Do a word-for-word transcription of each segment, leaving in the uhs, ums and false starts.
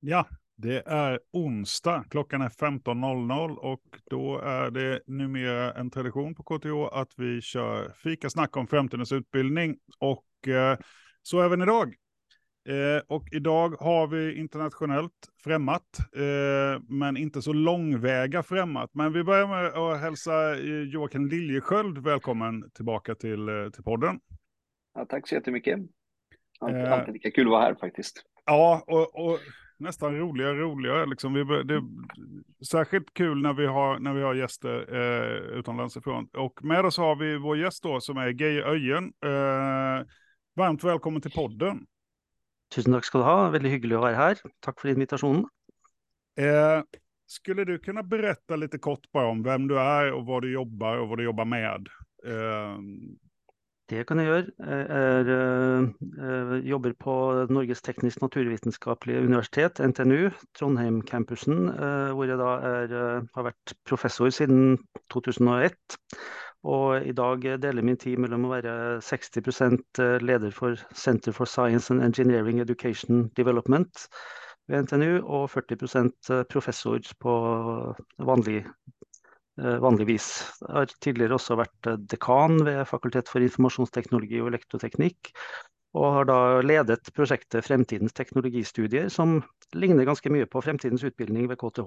Ja, det är onsdag. Klockan är femton noll noll och då är det numera en tradition på K T H att vi kör fika snack om framtidens utbildning. Och eh, så även idag. Eh, och idag har vi internationellt främmat, eh, men inte så långväga främmat. Men vi börjar med att hälsa eh, Joakim Liljesköld välkommen tillbaka till, eh, till podden. Ja, tack så jättemycket. Alltid, Eh, alltid lika kul att vara här faktiskt. Ja, och, och nästan roligare roligare. Liksom. Vi, det är särskilt kul när vi har, när vi har gäster eh, utomlands ifrån. Och med oss har vi vår gäst då som är Geir Øyen. Eh, varmt välkommen till podden. Tusen takk skal du ha, veldig hyggelig å være her. Takk for invitasjonen. Eh, skulle du kunna berätta lite kort bara om vem du är och vad du jobbar och vad du jobbar med? Eh, Det kan jeg gjøre. Jeg er, eh, jobber på Norges teknisk-naturvitenskapelige universitet, N T N U, Trondheim-campusen, eh, hvor jeg da er, eh, har vært professor siden to tusen og ett. Og i dag deler min tid mellom å være seksti prosent leder for Center for Science and Engineering Education Development ved N T N U, og førti prosent professor på vanlig vanligvis. Jeg har tidligere også vært dekan ved Fakultet for informasjonsteknologi og elektroteknikk, og har da ledet prosjektet Fremtidens teknologistudier, som ligner ganske mye på Fremtidens utbildning ved K T H.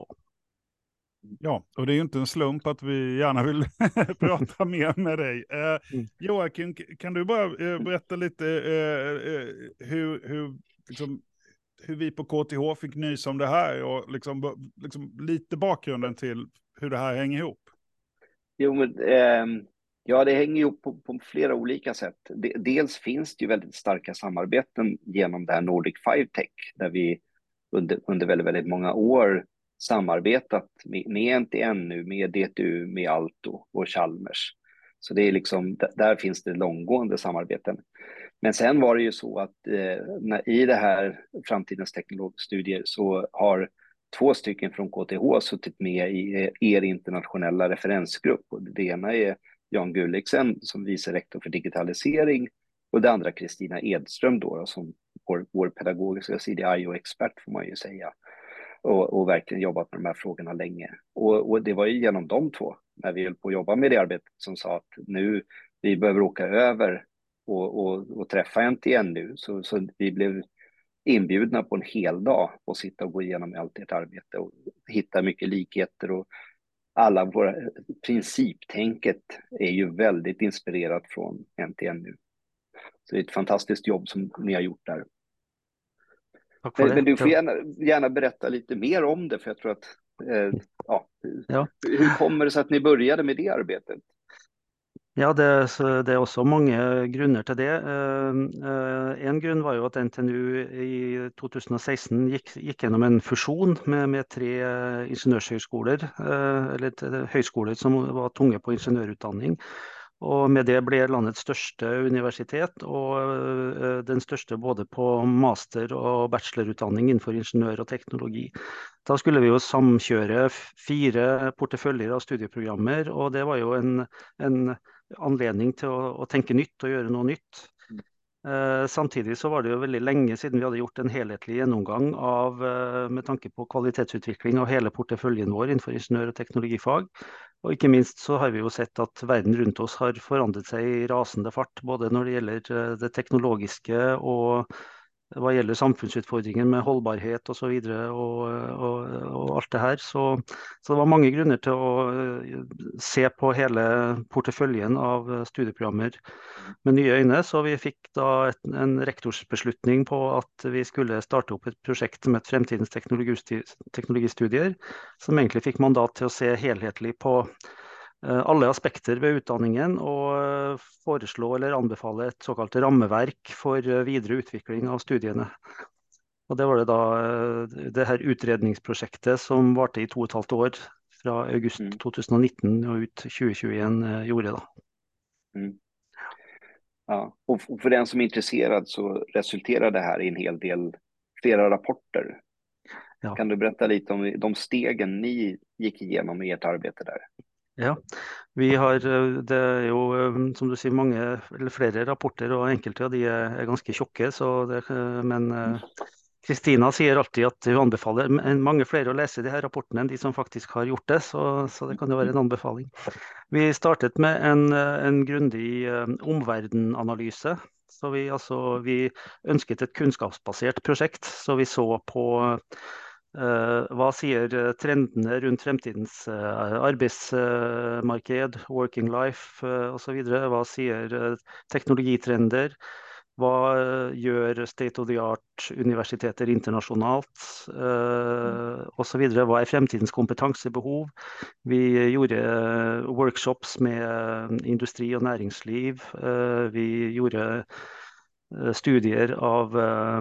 Ja, och det är ju inte en slump att vi gärna vill prata mer med dig. Eh, Mm. Joakim, kan du bara eh, berätta lite eh, eh, hur, hur, liksom, hur vi på K T H fick nys om det här och liksom, liksom lite bakgrunden till hur det här hänger ihop? Jo, men, eh, ja, det hänger ihop på, på flera olika sätt. De, dels finns det ju väldigt starka samarbeten genom det här Nordic Five Tech, där vi under, under väldigt, väldigt många år samarbetat med, med N T N U, med D T U, med Aalto och Chalmers. Så det är liksom, där finns det långgående samarbeten. Men sen var det ju så att eh, när, i det här framtidens teknologstudier så har två stycken från K T H suttit med i er internationella referensgrupp. Och det ena är Jan Gulliksen som vice rektor för digitalisering och det andra Kristina Edström då, som vår, vår pedagogiska C D I O-expert får man ju säga. Och, och verkligen jobbat med de här frågorna länge. Och, och det var ju genom de två, när vi höll på att jobba med det arbetet, som sa att nu vi behöver åka över och, och, och träffa N T N U. Så, så vi blev inbjudna på en hel dag och sitta och gå igenom allt ert arbete och hitta mycket likheter. Och alla våra principtänket är ju väldigt inspirerat från N T N U. Så det är ett fantastiskt jobb som ni har gjort där. Takk for Men, det. men du får gärna, gärna berätta lite mer om det, för jag tror att eh, ja, Ja. hur kommer det sig att ni började med det arbetet? Ja, det, så det er også mange grunner til det. Eh, eh, en grunn var jo at N T N U i to tusen og seksten gikk, gikk gjennom en fusjon med, med tre eh, ingeniørshøyskoler, eh, eller t- høyskoler som var tunge på ingeniørutdanning. Og med det ble landets største universitet, og eh, den største både på master- og bachelorutdanning innenfor ingeniør og teknologi. Da skulle vi jo samkjøre f- fire porteføljer av studieprogrammer, og det var jo en, en anledning til å, å tenke nytt og gjøre noe nytt. Eh, samtidig så var det jo veldig lenge siden vi hadde gjort en helhetlig gjennomgang av, eh, med tanke på kvalitetsutvikling av hele porteføljen vår innenfor ingeniør- og teknologifag. Og ikke minst så har vi jo sett at verden rundt oss har forandret seg i rasende fart, både når det gjelder eh, det teknologiske og hva gjelder samfunnsutfordringer med holdbarhet og så videre, og, og, og alt det her. Så, så det var mange grunner til å eh, se på hele porteføljen av eh, studieprogrammer med nye øyne. Så vi fikk da et, en rektorsbeslutning på at vi skulle starte opp et prosjekt som het Fremtidens teknologistu- teknologistudier, som egentlig fikk mandat til å se helhetlig på eh, alle aspekter ved utdanningen og eh, foreslå eller anbefale et såkalt rammeverk for eh, videre utvikling av studiene. Og det var det da eh, det her utredningsprosjektet som varte i to og et halvt år, fra august Mm. to tusen og nitten og ut tjue tjueen eh, gjorde da. Mm. Ja, och f- och för den som är intresserad så resulterar det här i en hel del, flera rapporter. Ja. Kan du berätta lite om de stegen ni gick igenom i ert arbete där? Ja, vi har, eh, det er jo eh, som du sier mange eller flere rapporter, og enkelte av de er, er ganske tjokke, så det, eh, men eh, Kristina sier alltid at hun anbefaler mange flere å lese de her rapportene enn de som faktisk har gjort det, så, så det kan jo være en anbefaling. Vi startet med en, en grundig omverdenanalyse. Så vi, altså, vi ønsket et kunnskapsbasert prosjekt, så vi så på Uh, hva sier trendene rundt fremtidens uh, arbeidsmarked, uh, working life uh, osv.? Hva sier uh, teknologitrender? Hva gjør state of the art universiteter internasjonalt, uh, osv.? Hva er fremtidens kompetansebehov? Vi gjorde workshops med industri og næringsliv. Uh, vi gjorde studier av uh,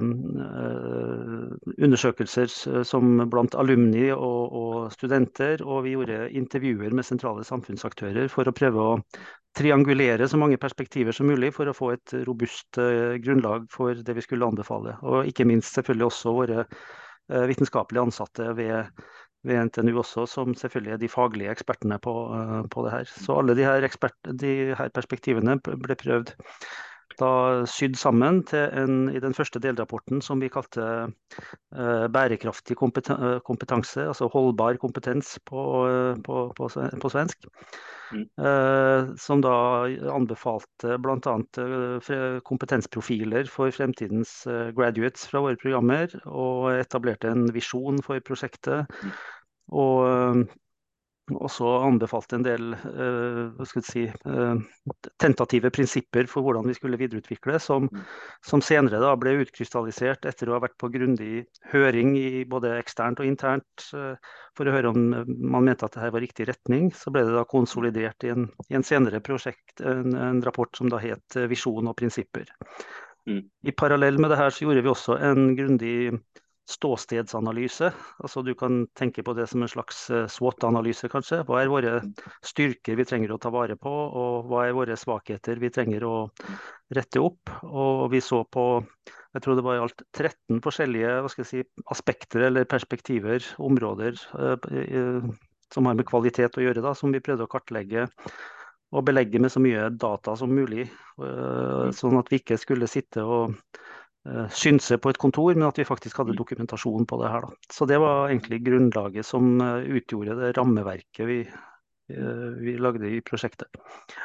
undersøkelser som blant alumni og, og studenter, og vi gjorde intervjuer med sentrale samfunnsaktører for å prøve å triangulere så mange perspektiver som mulig for å få et robust uh, grunnlag for det vi skulle anbefale. Og ikke minst selvfølgelig også våre uh, vitenskapelige ansatte ved, ved N T N U også, som selvfølgelig er de faglige ekspertene på, uh, på det her. Så alle de her, ekspert, de her perspektivene ble prøvd da sydd sammen til en, i den første delrapporten som vi kalte uh, bærekraftig kompetanse, altså holdbar kompetens på, uh, på, på, på svensk, mm. uh, som da anbefalte blant annet uh, kompetensprofiler for fremtidens uh, graduates fra våre programmer, og etablerte en visjon for prosjektet, mm. og uh, også anbefalte en del uh, hva skal jeg si, uh, tentative prinsipper for hvordan vi skulle videreutvikle, som, som senere da ble utkrystallisert etter å ha vært på grundig høring i både eksternt og internt uh, for å høre om man mente at dette var riktig retning. Så ble det da konsolidert i en, i en senere prosjekt, en, en rapport som da het Visjon og prinsipper. Mm. I parallell med det her så gjorde vi også en grundig ståstedsanalyse. Altså du kan tenke på det som en slags SWOT-analyse kanskje. Hva er våre styrker vi trenger å ta vare på, og hva er våre svakheter vi trenger å rette opp. Og vi så på, jeg tror det var i alt tretten forskjellige hva skal jeg si, aspekter eller perspektiver, områder eh, som har med kvalitet å gjøre da, som vi prøvde å kartlegge og belegge med så mye data som mulig, eh, sånn at vi ikke skulle sitte og synse på et kontor, men at vi faktisk hadde dokumentasjon på det her da. Så det var egentlig grunnlaget som utgjorde det rammeverket vi, vi lagde i prosjektet.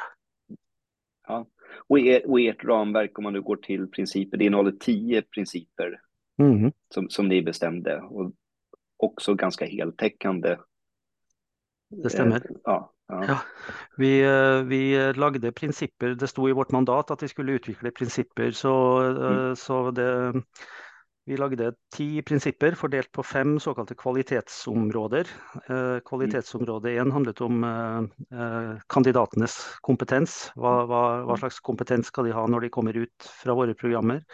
Ja, och, er, och ert ramverk, om man nu går till principer, det innehåller tio principer mm. som, som ni bestämde, och också ganska heltäckande. Det stämmer. Eh, ja. Ja. Ja, vi, vi lagde prinsipper, det stod i vårt mandat at vi skulle utvikle prinsipper, så, mm. så det, vi lagde ti prinsipper fordelt på fem såkalte kvalitetsområder. Kvalitetsområde én handlet om eh, kandidatenes kompetens. Hva, hva, hva slags kompetens skal de ha når de kommer ut fra våre programmer?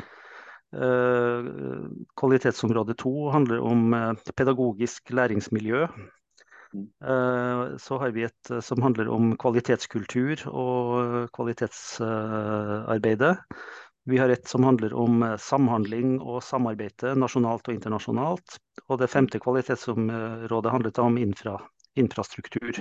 Eh, kvalitetsområde to handler om pedagogisk læringsmiljø. Så har vi et som handler om kvalitetskultur og kvalitetsarbeidet. Vi har et som handler om samhandling og samarbeid nasjonalt og internasjonalt. Og det femte kvalitetsområdet handlet om infra, infrastruktur.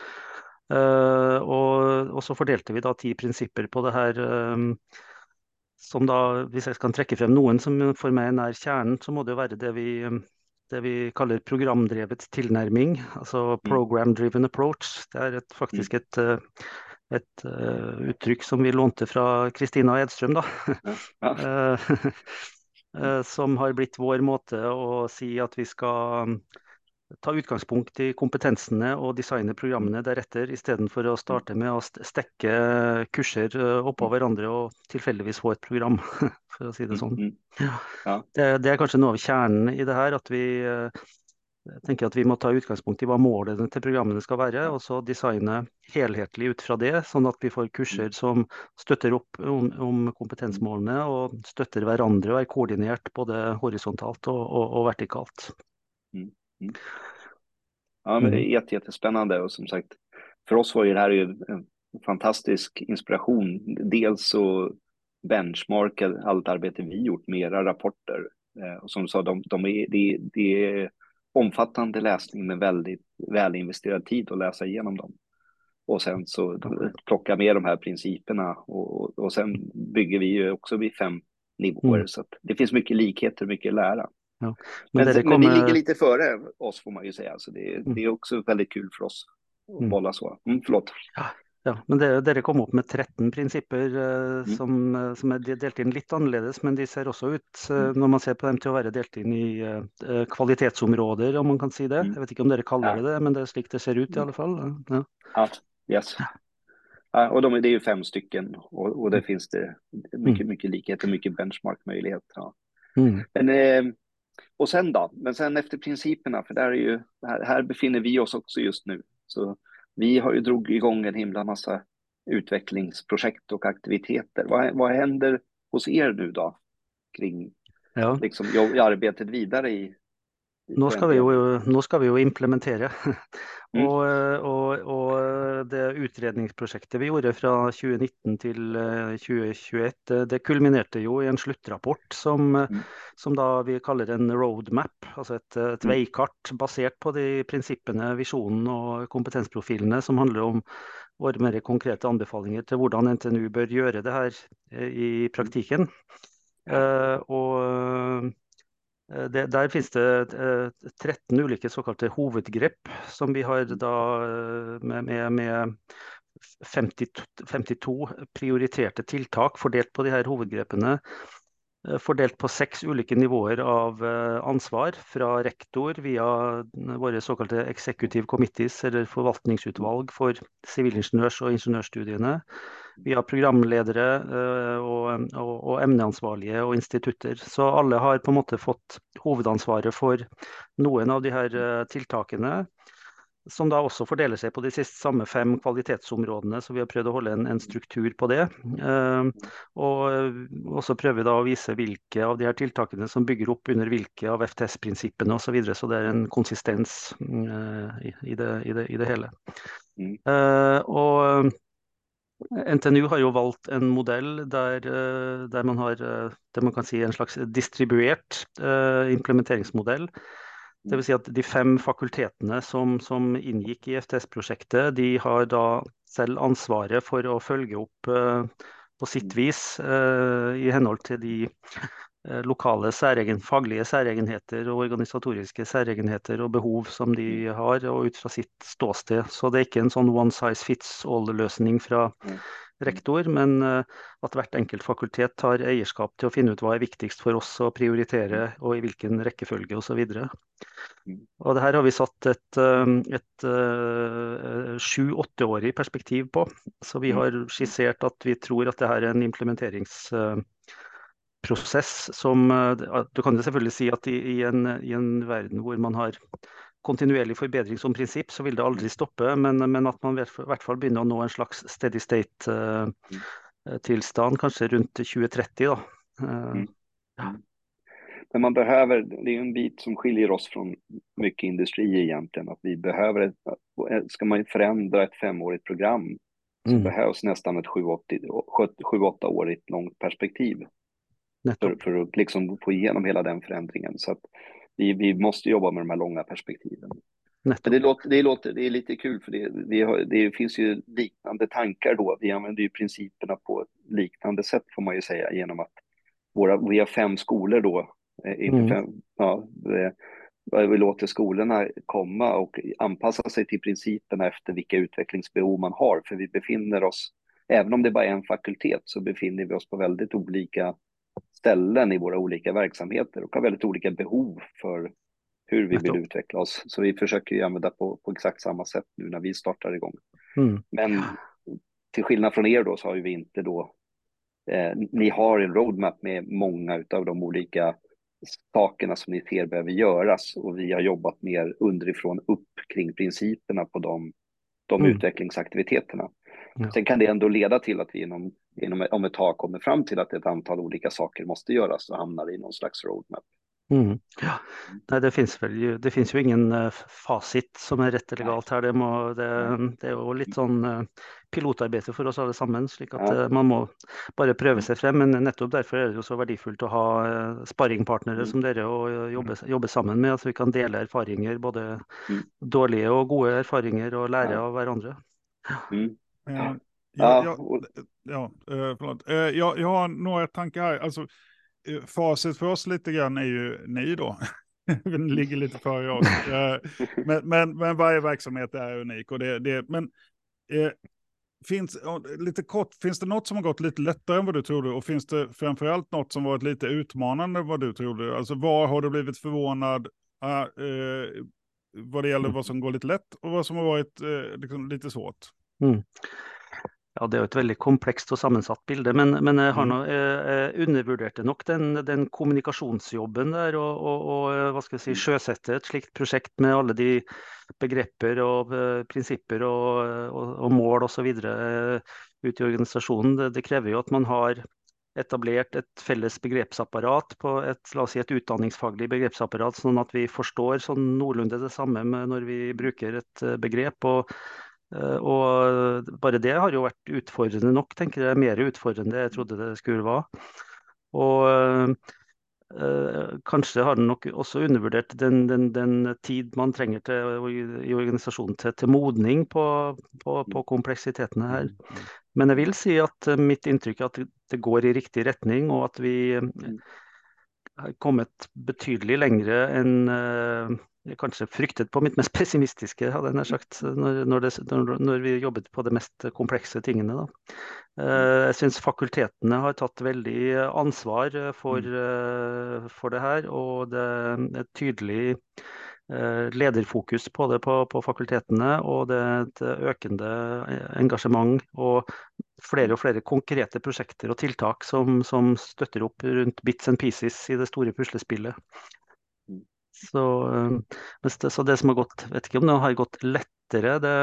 Og, og så fordelte vi da ti prinsipper på det her, som da, hvis jeg kan trekke frem noen som for meg er nær kjernen, så må det jo være det vi det vi kaller programdrevet tilnærming, altså program-driven approach. Det er et, faktisk et, et uh, uttrykk som vi lånte fra Kristina Edstrøm, da. Ja. uh, som har blitt vår måte å si at vi skal ta utgangspunkt i kompetensene og designe programmene deretter, i stedet for å starte med å stekke kurser oppå hverandre og tilfeldigvis få et program, for å si det sånn. Ja. Det, det er kanskje noe av kjernen i det her, at vi tenker at vi må ta utgangspunkt i hva målene til programmene skal være, og så designe helhetlig ut fra det, sånn at vi får kurser som støtter opp om, om kompetensmålene og støtter hverandre og er koordinert både horisontalt og, og, og vertikalt. Mm. Mm. Ja, men det är jätte, jättespännande, och som sagt, för oss var ju det här ju en fantastisk inspiration. Dels så benchmarka allt arbete vi gjort med era rapporter, och som du sa, de, de är, det, det är omfattande läsning med väldigt väl investerad tid att läsa igenom dem. Och sen så plocka med de här principerna, och, och sen bygger vi ju också vid fem nivåer, mm. så att det finns mycket likheter, mycket lära. Ja. Men, Men dere men ni ligger kommer... lite före oss får man ju säga, så det, Mm. det är också väldigt kul för oss att Mm. bolla så. Mm, förlåt. Ja, ja, men det, dere kom opp med tretton prinsipper eh, Mm. som, eh, som er de- delt inn litt annerledes, men de ser også ut, eh, Mm. når man ser på dem, til å være delt inn i eh, eh, kvalitetsområder, om man kan si det. Mm. Jeg vet ikke om dere kaller Ja. det det, men det er slik det ser ut i Mm. alle fall. Ja. Ja, yes. Ja, och de, det är ju fem stycken och, och det finns det mycket, mycket likheter, mycket benchmark-möjlighet. Ja. Mm. Men, eh, och sen då? Men sen efter principerna, för där är ju, här, här befinner vi oss också just nu. Så vi har ju drog igång en himla massa utvecklingsprojekt och aktiviteter. Vad, vad händer hos er nu då kring Ja. liksom, jobb, arbetet vidare i, i Nå på skal vi jo, N P M? nå skal vi jo implementere. Mm. Og, og, og det utredningsprosjektet vi gjorde fra tjue nitten til eh, tjue tjueett, det, det kulminerte jo i en sluttrapport som, Mm. som da vi kaller en roadmap, altså et, et Mm. veikart basert på de prinsippene, visjonen og kompetensprofilene som handler om våre mer konkrete anbefalinger til hvordan N T N U bør gjøre det her eh, i praktikken. Eh, og Eh, Det, der finnes det eh, tretten ulike såkalte hovedgrep, som vi har da eh, med, med, med femtito, femtito prioriterte tiltak fordelt på de her hovedgrepene. eh, Fordelt på seks ulike nivåer av eh, ansvar, fra rektor via våre såkalte executive committees, eller forvaltningsutvalg for sivilingeniørs- og ingeniørstudiene, via programledere eh, og, og, og emneansvarlige og institutter. Så alle har på en måte fått hovedansvaret for noen av de her eh, tiltakene, som da også fordeler seg på de siste samme fem kvalitetsområdene, så vi har prøvd å holde en, en struktur på det. Eh, og eh, også prøver vi da å vise hvilke av de her tiltakene som bygger opp under hvilke av F T S-prinsippene osv., så, videre, så det er en konsistens eh, i, i, det, i, det, i det hele. Mm. Eh, og N T N U har jo valgt en modell der, eh, der man har eh, det man kan si en slags distribuert eh, implementeringsmodell. Det vil si at de fem fakultetene som, som inngikk i F T S-prosjektet, de har da selv ansvaret for å følge opp eh, på sitt vis eh, i henhold til de eh, lokale særegen, faglige særegenheter og organisatoriske særegenheter og behov som de har, og ut fra sitt ståsted. Så det er ikke en sånn one size fits all-løsning fra rektor, men eh, at hvert enkelt fakultet tar eierskap til å finne ut hva er viktigst for oss å prioritere, og i hvilken rekkefølge osv. Og det her har vi satt et, eh, et uh, sju-åtteårig perspektiv på. Så vi har skissert at vi tror at det her er en implementeringsprosess som uh, Du kan jo selvfølgelig si at i, i, en, i en verden hvor man har kontinuerlig forbedring som prinsipp, så vil det aldri stoppe, men, men at man i hvert fall begynner å nå en slags steady state-tilstand, uh, kanskje rundt tjue tretti da. Uh, ja. Men man behöver, det är en bit som skiljer oss från mycket industri egentligen, att vi behöver, ett, ska man förändra ett femårigt program så Mm. behövs nästan ett sju åtta årigt långt perspektiv för, för att liksom få igenom hela den förändringen. Så att vi, vi måste jobba med de här långa perspektiven. Men det, låter, det, låter, det är lite kul för det, vi har, det finns ju liknande tankar då. Vi använder ju principerna på ett liknande sätt får man ju säga, genom att våra, vi har fem skolor då. Mm. Fem, ja, det, vi låter skolorna komma och anpassa sig till principerna efter vilka utvecklingsbehov man har. För vi befinner oss, även om det bara är en fakultet, så befinner vi oss på väldigt olika ställen i våra olika verksamheter och har väldigt olika behov för hur vi vill utveckla oss. Så vi försöker ju använda på, på exakt samma sätt nu när vi startar igång. Mm. Men till skillnad från er då så har ju vi inte då, eh, ni har en roadmap med många utav de olika sakerna som ni ser behöver göras och vi har jobbat mer underifrån upp kring principerna på de, de mm. utvecklingsaktiviteterna. Ja. Sen kan det ändå leda till att vi inom, inom, om ett tag kommer fram till att ett antal olika saker måste göras och hamnar i någon slags roadmap. Mm. Ja. Nei, det finnes vel jo, det finnes jo ingen uh, fasit som er rett eller galt her. Det, må, det, det er jo litt sånn uh, pilotarbeid for oss alle sammen, slik at uh, man må bare prøve seg frem. Men nettopp derfor er det jo så verdifullt å ha uh, sparringpartnere som dere å uh, jobbe, jobbe sammen med, så vi kan dele erfaringer, både dårlige og gode erfaringer, og lære av hverandre. Mm. Ja, ja, ja, ja, förlåt. Jag, jag har några tankar här. Alltså, facit för oss lite grann är ju ni då. Den ligger lite före oss. men, men, men varje verksamhet är unik. Och det, det, men eh, finns, lite kort, finns det något som har gått lite lättare än vad du trodde? Och finns det framförallt något som varit lite utmanande än vad du trodde? Alltså var har du blivit förvånad äh, eh, vad det gäller vad som går lite lätt och vad som har varit eh, liksom lite svårt? Mm. Ja, det er jo et veldig komplekst og sammensatt bilde, men, men jeg har Mm. nå eh, undervurderte nok den, den kommunikasjonsjobben der, og, og, og hva skal jeg si, sjøsette et slikt prosjekt med alle de begreper og eh, prinsipper og, og, og mål og så videre eh, ut i organisasjonen. Det, det krever jo at man har etablert et felles begrepsapparat på et, la oss si, et utdanningsfaglig begrepsapparat, sånn at vi forstår sånn noenlunde det samme med når vi bruker et eh, begrep. og Og bare det har jo vært utfordrende nok, tenker jeg, mer utfordrende jeg trodde det skulle være. Og eh, kanskje har den nok også undervurdert den, den, den tid man trenger til, i organisasjonen til, til modning på, på, på kompleksitetene her. Men jeg vil si at mitt inntrykk er at det går i riktig retning, og at vi har kommet betydelig lengre enn eh, jeg kanskje fryktet på mitt mest pessimistiske, hadde jeg nær sagt, når, når, det, når, når vi jobbet på de mest komplekse tingene. Da. Uh, jeg synes fakultetene har tatt veldig ansvar for, uh, for det her, og det er et tydelig uh, lederfokus på det på, på fakultetene, og det er et økende engasjement og flere og flere konkrete prosjekter og tiltak som, som støtter opp rundt bits and pieces i det store puslespillet. Så, det, så det som har gått, vet ikke om det har gått lettere, det,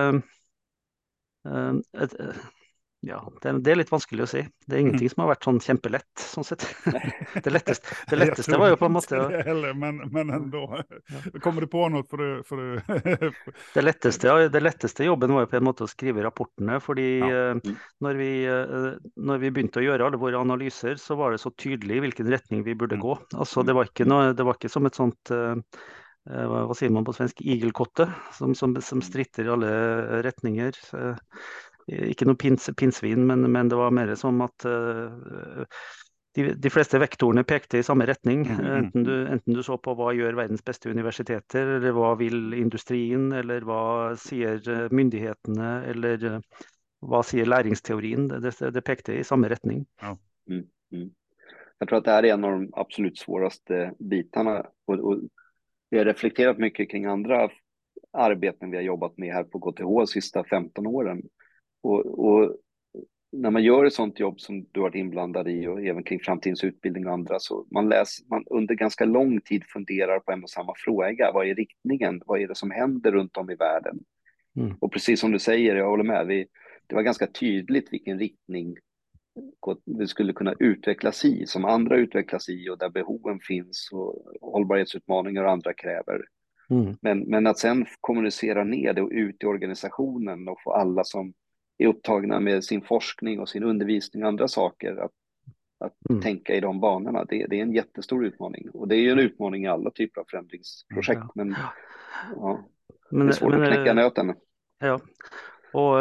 et, ja, det, det er litt vanskelig å si. Det er ingenting som har vært sånn kjempelett, sånn sett. Det letteste, det letteste var jo på en måte... Det heller, men, men ändå. Kommer du på något för du... För du... det, letteste, ja, det letteste jobben var jo på en måte å skrive rapportene, fordi ja. når, vi, når vi begynte å gjøre alle våre analyser, så var det så tydelig i hvilken retning vi burde gå. Altså, det var ikke, noe, det var ikke som et sånt... Hva, hva sier man på svensk? Igelkotte, som, som, som stritter i alle retninger. Ikke noe pins, pinsvin, men, men det var mer som at uh, de, de fleste vektorene pekte i samme retning. Mm, mm, enten, du, enten du så på hva gjør verdens beste universiteter, eller hva vil industrien, eller hva sier myndighetene, eller uh, hva sier læringsteorien. Det, det pekte i samme retning. Ja. Mm, mm. Jag tror att det här är en av de absolut svåraste bitarna. Och, och vi har reflekterat mycket kring andra arbeten vi har jobbat med här på K T H de sista femton åren. Och, och när man gör ett sånt jobb som du har varit inblandad i och även kring framtidens utbildning och andra, så man läser, man under ganska lång tid funderar på en och samma fråga. Vad är riktningen? Vad är det som händer runt om i världen? Mm. Och precis som du säger, jag håller med, vi, det var ganska tydligt vilken riktning det skulle kunna utvecklas i, som andra utvecklas i och där behoven finns och hållbarhetsutmaningar och andra kräver. Mm. Men, men att sen kommunicera ner det och ut i organisationen och få alla som är upptagna med sin forskning och sin undervisning och andra saker att, att mm. tänka i de banorna, det, det är en jättestor utmaning. Och det är ju en utmaning i alla typer av förändringsprojekt, ja. men, ja, men det är svårt men, att knäcka nöten. Ja, och,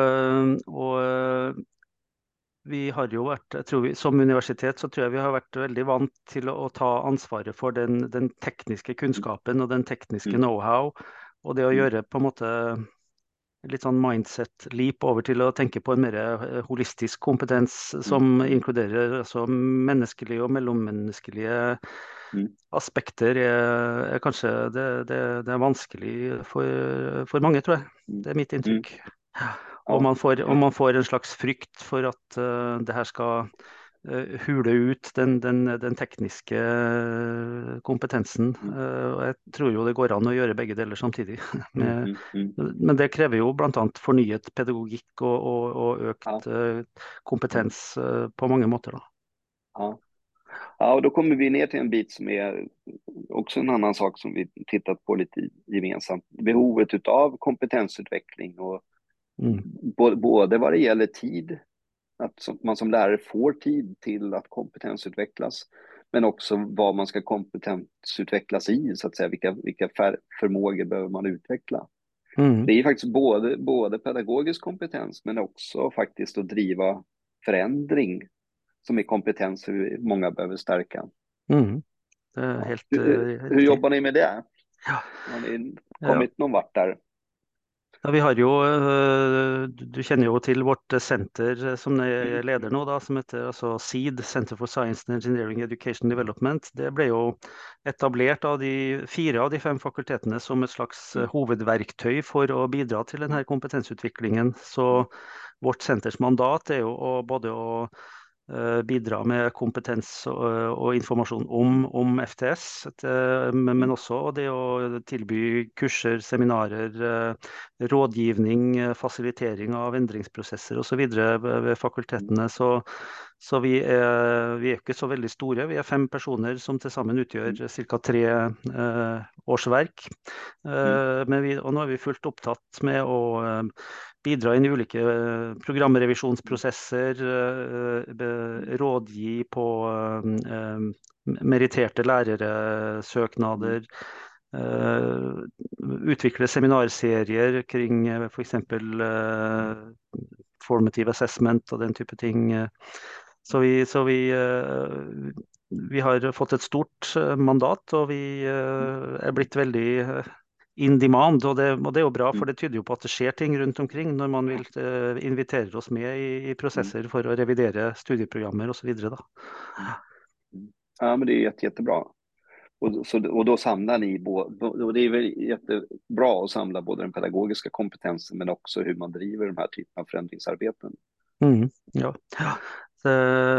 och vi har jo vært, jeg tror vi, som universitet så tror jeg vi har vært veldig vant til å, å ta ansvaret for den, den tekniske kunnskapen og den tekniske mm. know-how, og det å gjøre på en måte litt sånn mindset-leap over til å tenke på en mer holistisk kompetens som mm. inkluderer altså menneskelige og mellommenneskelige mm. aspekter, er, er kanskje det, det, det er vanskelig for, for mange, tror jeg. Det er mitt inntrykk. Mm. Og man, får, og man får en slags frykt for at uh, det her skal uh, hule ut den, den, den tekniske kompetensen. Uh, og jeg tror jo det går an å gjøre begge deler samtidig. Med, men det krever jo blant annet fornyet pedagogikk og, og, og økt uh, kompetens uh, på mange måter. Da. Ja. Ja, och då kommer vi ner till en bit som är också en annan sak som vi tittat på lite gemensamt. Behovet utav kompetensutveckling och Mm. både vad det gäller tid, att man som lärare får tid till att kompetensutvecklas, men också vad man ska kompetensutvecklas i, så att säga, vilka, vilka förmågor behöver man utveckla. Mm. Det är faktiskt både, både pedagogisk kompetens, men också faktiskt att driva förändring som är kompetens som många behöver stärka. Mm. Det är helt, Hur, eh, hur riktigt. jobbar ni med det? Ja. Har ni Ja. kommit någon vart där? Ja, vi har jo, eh, du du kjenner jo til vårt senter eh, som jeg leder nå, da, som heter altså SEED, Center for Science and Engineering Education Development. Det ble jo etablert av de fire av de fem fakultetene som et slags eh, hovedverktøy for å bidra til denne kompetensutviklingen. Så vårt senters mandat er jo å, både å eh, bidra med kompetens og, og informasjon om, om F T S, et, men, men også det å tilby kurser, seminarer, eh, rådgivning, eh, fasilitering av endringsprosesser osv. ved, ved fakultetene. Så, så vi, er, vi er ikke så veldig store. Vi er fem personer som til sammen utgjør ca. tre eh, årsverk. Eh, men vi, og nå er vi fullt opptatt med å eh, bidra inn i ulike eh, programrevisjonsprosesser, eh, be- rådgi på eh, meritterte læreresøknader, eh, utvikle seminarserier kring eh, f.eks. Eh, formative assessment og den type ting. eh. Så vi, så vi, eh, vi har fått et stort eh, mandat, og vi eh, er blitt veldig eh, in demand, og det, og det er jo bra, for det tyder jo på at det skjer ting rundt omkring når man vil eh, invitere oss med i, i prosesser for å revidere studieprogrammer osv. da. Ja, men det är jätte, jättebra. Och, så, och då samlar ni, bo- och det är väl jättebra att samla både den pedagogiska kompetensen men också hur man driver de här typen av förändringsarbeten. Mm, ja. Ja. Så,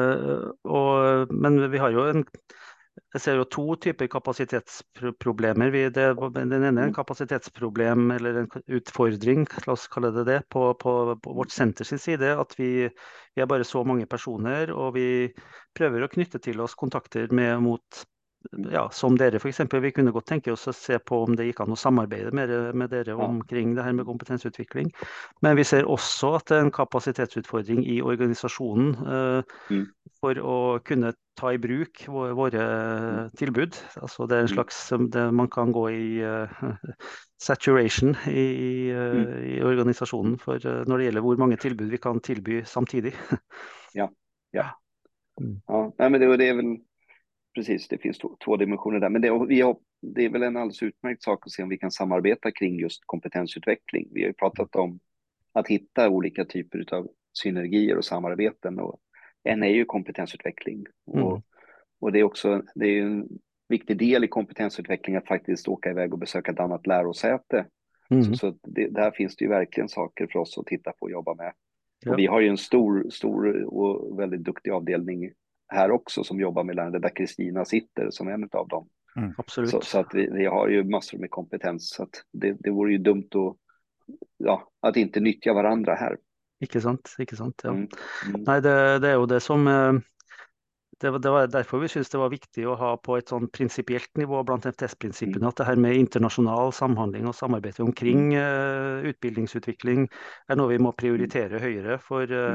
og, men vi har jo en Jeg ser jo to typer kapasitetsproblemer. Vi, det, den ene er en kapasitetsproblem eller en utfordring, la oss kalle det det, på, på, på vårt senter sin side. At vi, vi er bare så mange personer, og vi prøver å knytte til oss kontakter med, mot ja, som dere for eksempel. Vi kunne godt tenke oss å se på om det gikk an å samarbeide med, med dere omkring det her med kompetensutvikling. Men vi ser også at det er en kapasitetsutfordring i organisasjonen eh, Mm. for å kunne ta i bruk våre, våre tilbud. Altså det er en slags det, Man kan gå i uh, saturation i, i, uh, i organisasjonen for uh, når det gjelder hvor mange tilbud vi kan tilby samtidig. Ja, ja. Ja, nej, men det, det är väl precis, det finns två, två dimensioner där. Men det, vi har, det är väl en alldeles utmärkt sak att se om vi kan samarbeta kring just kompetensutveckling. Vi har ju pratat om att hitta olika typer av synergier och samarbeten. Och en är ju kompetensutveckling. Och, Mm. och det är också det är en viktig del i kompetensutveckling att faktiskt åka iväg och besöka ett annat lärosäte. Mm. Så, så det, där finns det ju verkligen saker för oss att titta på och jobba med. Ja. Och vi har ju en stor, stor och väldigt duktig avdelning här också som jobbar med lärare, där Kristina sitter som en av dem. Mm. Absolut. Så, så att vi, vi har ju massor med kompetens. Så att det, det vore ju dumt att, ja, att inte nyttja varandra här. Ikke sant, ikke sant, ja. Mm. Mm. Nei, det, det er jo det som eh, det, var- det var derfor vi synes det var viktig å ha på et sånn prinsipielt nivå blant F T S-prinsippene at det her med internasjonal samhandling og samarbeid omkring eh, utbildningsutvikling er noe vi må prioritere høyere. For eh,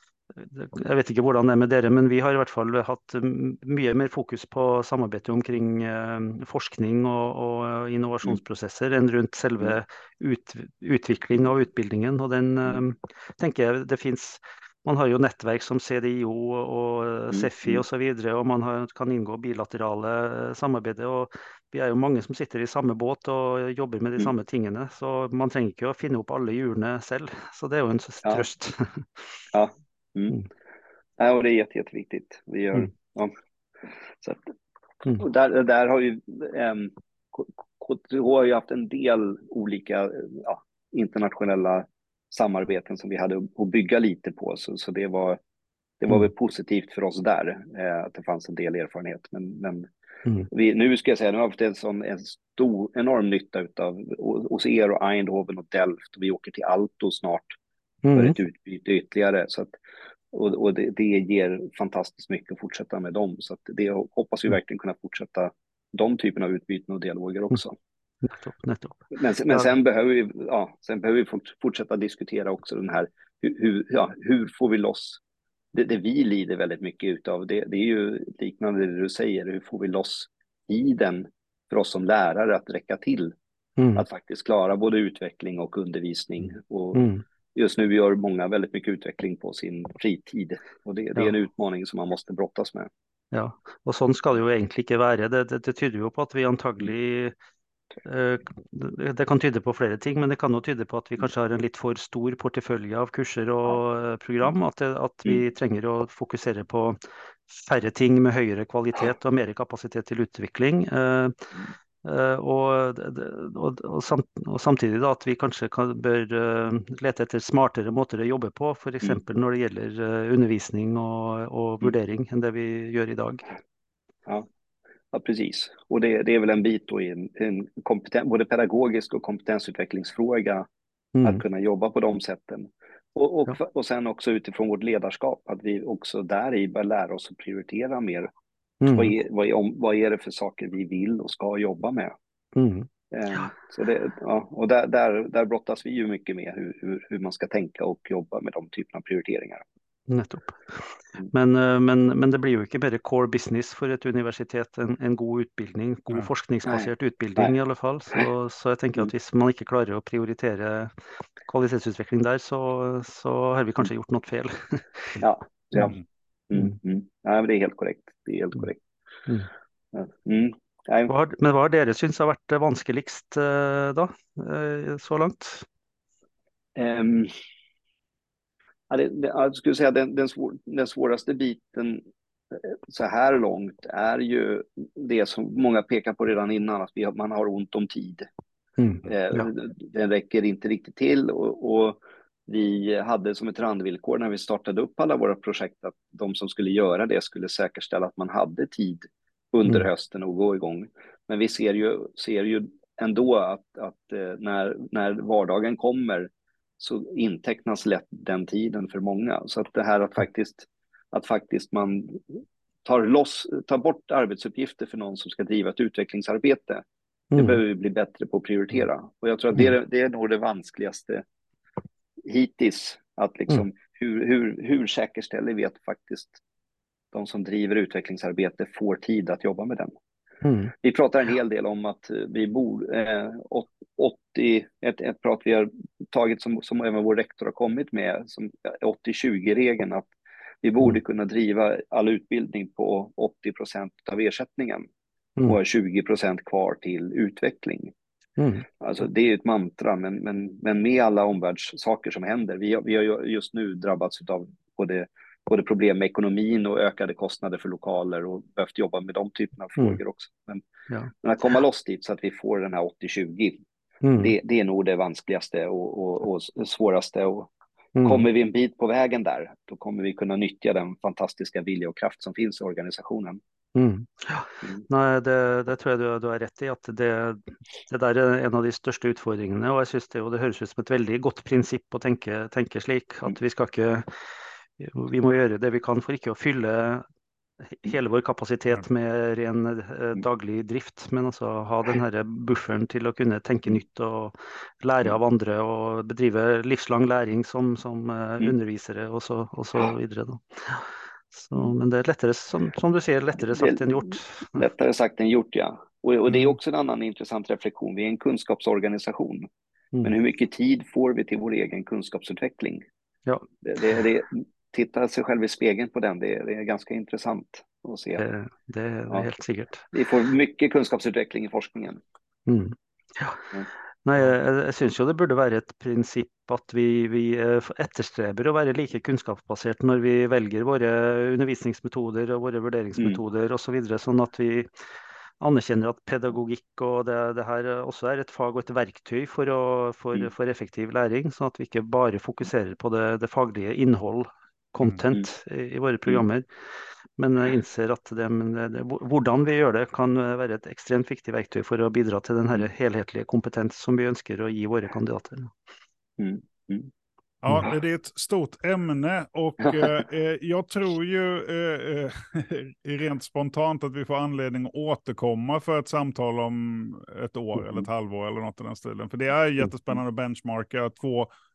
jeg vet ikke hvordan det er med dere, men vi har i hvert fall hatt mm, mye mer fokus på samarbeidet omkring eh, forskning og, og innovasjonsprosesser enn rundt selve ut, utvikling av utbildningen. Og den eh, tenker jeg det finnes Man har jo nettverk som C D I O og CEFI osv., og, så videre, og man har, kan inngå bilaterale eh, samarbeider. Og vi er jo mange som sitter i samme båt og jobber med de samme tingene, så man trenger ikke å finne opp alle hjulene selv. Så det er jo en s- Ja. trøst. Ja. Mm. Mm. Ja, och det är jätte, jätteviktigt. Vi gör, Mm. ja. Så att, Mm. och där, där har ju um, K T H har ju haft en del olika ja, internationella samarbeten som vi hade att bygga lite på. Så, så det var, det var Mm. väl positivt för oss där, eh, att det fanns en del erfarenhet. Men, men Mm. vi, nu ska jag säga, nu har vi haft en, sån, en stor, enorm nytta utav hos er och Eindhoven och Delft. Och vi åker till Alto snart för Mm. ett utbyte ytterligare. Så att, och och det, det ger fantastiskt mycket att fortsätta med dem. Så att det hoppas vi verkligen kunna fortsätta de typerna av utbyten och dialoger också. Nettopp, nettopp. Men, men Ja. sen behöver vi, ja, sen behöver vi fort- fortsätta diskutera också den här, hur, hur, ja, hur får vi loss, det, det vi lider väldigt mycket utav, det, det är ju liknande det du säger, hur får vi loss tiden för oss som lärare att räcka till, Mm. att faktiskt klara både utveckling och undervisning. Och Mm. just nu gör många väldigt mycket utveckling på sin fritid och det, det är en Ja. utmaning som man måste brottas med. Ja, och sånn skal det jo egentlig ikke være. Det, det, det tyder jo på at vi antagelig eh, det det kan tyde på flere ting, men det kan jo tyde på at vi kanskje har en litt for stor portefølje av kurser og eh, program. At, det, at vi Mm. trenger å fokusere på færre ting med høyere kvalitet og mer kapasitet til utvikling. Eh, Mm. eh, og, det- det- og, og, samt, og samtidig da at vi kanskje kan, bør eh, lete etter smartere måter å jobbe på, f.eks. Mm. når det gjelder eh, undervisning og, og Mm. vurdering, enn det vi gjør i dag. Ja. Ja, precis. Och det, det är väl en bit då i en, en kompeten, både pedagogisk och kompetensutvecklingsfråga att Mm. kunna jobba på de sätten. Och, Ja. och, och sen också utifrån vårt ledarskap, att vi också där i bör lära oss att prioritera mer. Vad Mm. är, vad, är, om- vad är det för saker vi vill och ska jobba med? Mm. Ehm, så det, ja, och där, där, där brottas vi ju mycket med hur, hur, hur man ska tänka och jobba med de typerna av prioriteringar. Nettopp. Mm. Men, eh, men, men det blir jo ikke bare core business for et universitet, en, en god utbildning, god Ja. forskningsbasert Nej, utbildning nej. i alle fall. Så, så jeg tenker Mm. at hvis man ikke klarer å prioritere kvalitetsutvikling der, så, så har vi kanskje gjort noe feil. Ja, ja. Mm. Mm. Mm. Mm. Ja, men det är helt korrekt. Det är helt Mm. korrekt. Mm. Ja. Mm. Nej. Hva har, men hva har dere syns har vært det vanskeligst eh, da, eh, så langt? Ehm, ja, det, det, jag skulle säga den, den, svår, den svåraste biten eh, så här långt är ju det som många pekar på redan innan, att vi har, man har ont om tid. Mm. Eh, Ja. Den räcker inte riktigt till och, och vi hade som ett randvillkor när vi startade upp alla våra projekt att de som skulle göra det skulle säkerställa att man hade tid under Mm. hösten och gå igång. Men vi ser ju, ser ju ändå att, att eh, när, när vardagen kommer så intecknas lätt den tiden för många. Så att det här att faktiskt, att faktiskt man tar, loss, tar bort arbetsuppgifter för någon som ska driva ett utvecklingsarbete. Det Mm. behöver vi bli bättre på att prioritera. Och jag tror att det är, det är nog det vanskligaste hittills. Att liksom, hur, hur, hur säkerställer vi att faktiskt de som driver utvecklingsarbete får tid att jobba med den? Mm. Vi pratar en hel del om att vi bor eh, åttio, ett, ett prat vi har tagit som, som även vår rektor har kommit med, som åttio tjugo-regeln, att vi borde kunna driva all utbildning på åttio procent av ersättningen och ha tjugo procent kvar till utveckling. Mm. Alltså det är ett mantra, men, men, men med alla omvärldssaker som händer, vi har, vi har just nu drabbats av både, både problem med ekonomin och ökade kostnader för lokaler och behövt jobba med de typerna av Mm. frågor också. Men, Ja. men att komma loss dit så att vi får den här åttio tjugo, Mm. det, det är nog det vanskligaste och, och, och svåraste. Och Mm. kommer vi en bit på vägen där, då kommer vi kunna nyttja den fantastiska vilja och kraft som finns i organisationen. Mm. Ja. Nei, det, det tror jeg du, du har rett i, at det, det der er en av de største utfordringene. Og jeg synes det, jo, det høres ut som et veldig godt prinsipp å tenke, tenke slik. At vi skal ikke Vi må gjøre det vi kan for ikke å fylle hele vår kapasitet med ren eh, daglig drift, men altså ha den her bufferen til å kunne tenke nytt og lære av andre og bedrive livslang læring som, som eh, undervisere og så, og så videre. Da. Så, men det är lättare, som, som du säger, lättare sagt det, än gjort. Lättare sagt än gjort, ja. Och, och det är Mm. också en annan intressant reflektion. Vi är en kunskapsorganisation. Mm. Men hur mycket tid får vi till vår egen kunskapsutveckling? Ja. Det, det, det, titta sig själv i spegeln på den, det, det är ganska intressant att se. Det, det, det är Ja. helt säkert. Vi får mycket kunskapsutveckling i forskningen. Mm. Ja. Ja. Nei, jeg, jeg synes jo det burde være et prinsipp at vi, vi eh, etterstreber å være like kunnskapsbasert når vi velger våre undervisningsmetoder og våre vurderingsmetoder Mm. osv., så videre, sånn at vi anerkjenner at pedagogikk og det, det her også er et fag og et verktøy for, å, for, Mm. for effektiv læring, sånn at vi ikke bare fokuserer på det, det faglige innhold, content, i, i våre programmer, men jeg innser at det, men det, det, hvordan vi gjør det kan være et ekstremt viktig verktøy for å bidra til den her helhetlige kompetens som vi ønsker å gi våre kandidater. Mm. Mm. Ja, det är ett stort ämne och eh, jag tror ju eh, rent spontant att vi får anledning att återkomma för ett samtal om ett år eller ett halvår eller något i den stilen. För det är jättespännande att benchmarka två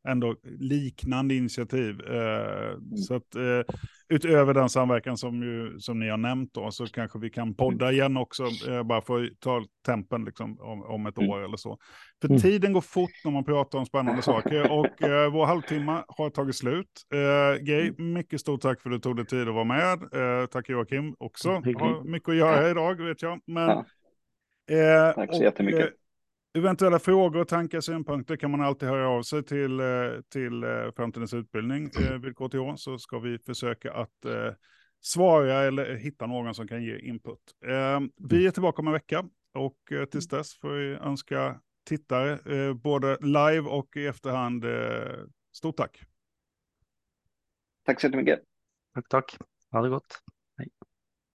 ändå liknande initiativ. Eh, så att eh, utöver den samverkan som, ju, som ni har nämnt då, så kanske vi kan podda igen också, eh, bara för att ta tempen liksom, om, om ett år eller så. För Mm. tiden går fort när man pratar om spännande saker, och eh, vår halvtimme har tagit slut. Eh, Gay, mycket stort tack för att du tog dig tid att vara med. Eh, tack Joakim också, har mycket att göra idag vet jag. Men, Ja. eh, Tack så och, jättemycket. Eh, eventuella frågor, tankar, synpunkter kan man alltid höra av sig till, till Framtidens utbildning vid K T H, så ska vi försöka att eh, svara eller hitta någon som kan ge input. Eh, vi är tillbaka om en vecka, och eh, tills dess får vi önska tittare eh, både live och i efterhand eh, stort tack. Tack så jättemycket. Tack, tack. Ha det gott.